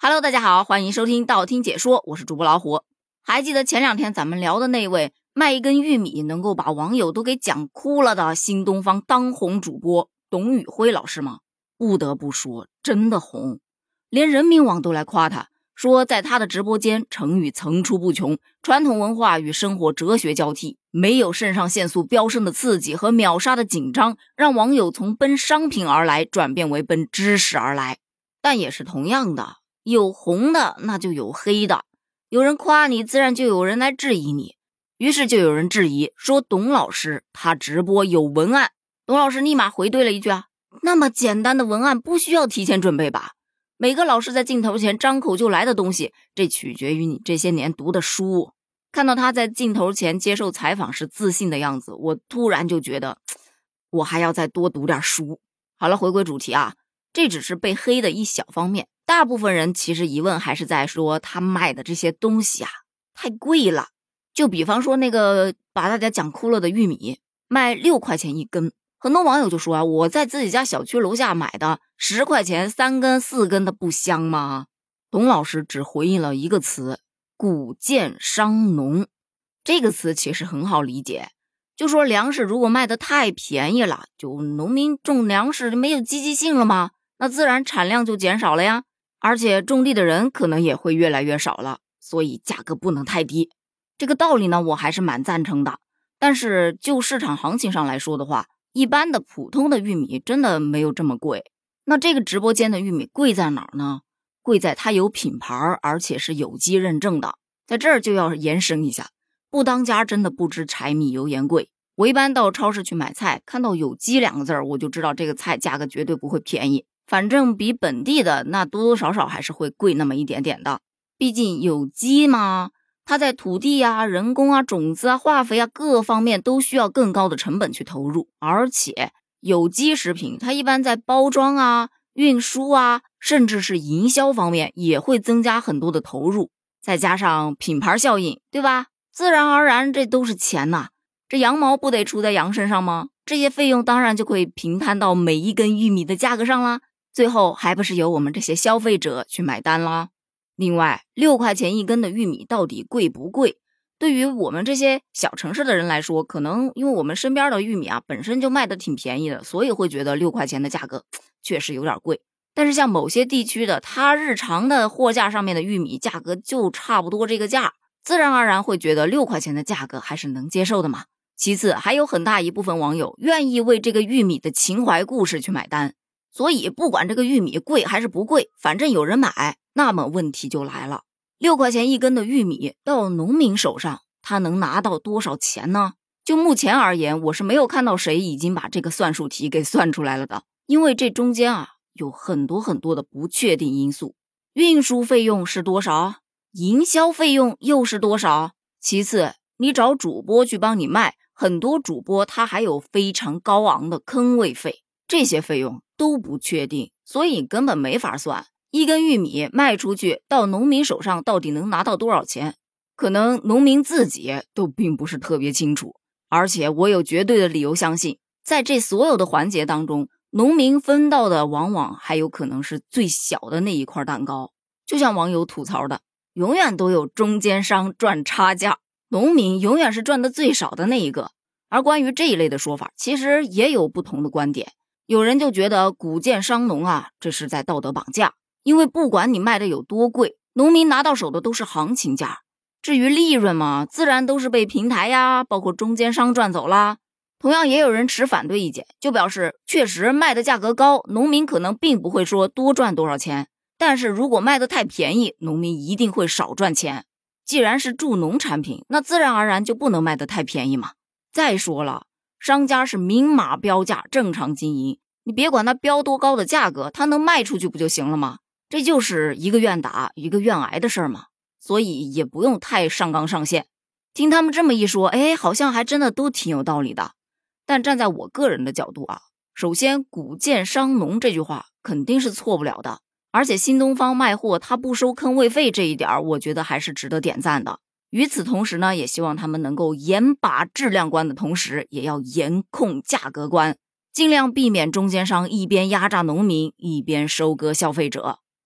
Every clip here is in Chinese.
Hello， 大家好，欢迎收听道听解说，我是主播老虎。还记得前2天咱们聊的那位卖一根玉米能够把网友都给讲哭了的新东方当红主播董宇辉老师吗？不得不说，真的红，连人民网都来夸他，说在他的直播间成语层出不穷，传统文化与生活哲学交替，没有肾上腺素飙升的刺激和秒杀的紧张，让网友从奔商品而来转变为奔知识而来。但也是同样的，有红的那就有黑的，有人夸你自然就有人来质疑你，于是就有人质疑说董老师他直播有文案。董老师立马回怼了一句那么简单的文案不需要提前准备吧？每个老师在镜头前张口就来的东西，这取决于你这些年读的书。看到他在镜头前接受采访时自信的样子，我突然就觉得我还要再多读点书。好了，回归主题这只是被黑的一小方面，大部分人其实疑问还是在说他卖的这些东西太贵了。就比方说那个把大家讲哭了的玉米，卖6块钱一根，很多网友就说我在自己家小区楼下买的10块钱3根4根的不香吗？董老师只回应了一个词，谷贱伤农。这个词其实很好理解，就说粮食如果卖得太便宜了，就农民种粮食没有积极性了吗？那自然产量就减少了呀，而且种地的人可能也会越来越少了，所以价格不能太低。这个道理呢，我还是蛮赞成的。但是就市场行情上来说的话，一般的普通的玉米真的没有这么贵。那这个直播间的玉米贵在哪儿呢？贵在它有品牌，而且是有机认证的。在这儿就要延伸一下，不当家真的不知柴米油盐贵。我一般到超市去买菜，看到有机2个字我就知道这个菜价格绝对不会便宜，反正比本地的那多多少少还是会贵那么一点点的。毕竟有机嘛，它在土地人工种子化肥各方面都需要更高的成本去投入，而且有机食品它一般在包装运输甚至是营销方面也会增加很多的投入，再加上品牌效应，对吧？自然而然这都是钱这羊毛不得出在羊身上吗？这些费用当然就会平摊到每一根玉米的价格上啦，最后还不是由我们这些消费者去买单啦。另外6块钱一根的玉米到底贵不贵？对于我们这些小城市的人来说，可能因为我们身边的玉米本身就卖得挺便宜的，所以会觉得6块钱的价格确实有点贵。但是像某些地区的，它日常的货架上面的玉米价格就差不多这个价，自然而然会觉得6块钱的价格还是能接受的嘛。其次还有很大一部分网友愿意为这个玉米的情怀故事去买单，所以不管这个玉米贵还是不贵，反正有人买。那么问题就来了，6块钱一根的玉米到农民手上，他能拿到多少钱呢？就目前而言，我是没有看到谁已经把这个算术题给算出来了的，因为这中间有很多很多的不确定因素。运输费用是多少？营销费用又是多少？其次你找主播去帮你卖，很多主播他还有非常高昂的坑位费，这些费用都不确定，所以根本没法算。一根玉米卖出去到农民手上到底能拿到多少钱，可能农民自己都并不是特别清楚。而且我有绝对的理由相信，在这所有的环节当中，农民分到的往往还有可能是最小的那一块蛋糕。就像网友吐槽的，永远都有中间商赚差价，农民永远是赚的最少的那一个。而关于这一类的说法，其实也有不同的观点。有人就觉得谷贱伤农这是在道德绑架，因为不管你卖的有多贵，农民拿到手的都是行情价，至于利润嘛，自然都是被平台包括中间商赚走啦。同样也有人持反对意见，就表示确实卖的价格高，农民可能并不会说多赚多少钱，但是如果卖的太便宜，农民一定会少赚钱。既然是助农产品，那自然而然就不能卖得太便宜嘛。再说了，商家是明码标价正常经营，你别管他标多高的价格，他能卖出去不就行了吗？这就是一个愿打一个愿挨的事儿嘛，所以也不用太上纲上线。听他们这么一说，好像还真的都挺有道理的。但站在我个人的角度首先谷贱伤农这句话肯定是错不了的，而且新东方卖货他不收坑位费这一点，我觉得还是值得点赞的。与此同时呢，也希望他们能够严把质量关的同时，也要严控价格关，尽量避免中间商一边压榨农民，一边收割消费者。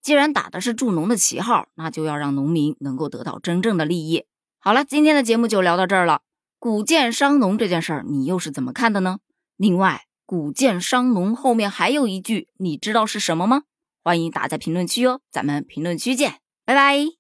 既然打的是助农的旗号，那就要让农民能够得到真正的利益。好了，今天的节目就聊到这儿了。谷贱伤农这件事儿，你又是怎么看的呢？另外，谷贱伤农后面还有一句，你知道是什么吗？欢迎打在评论区哦，咱们评论区见，拜拜。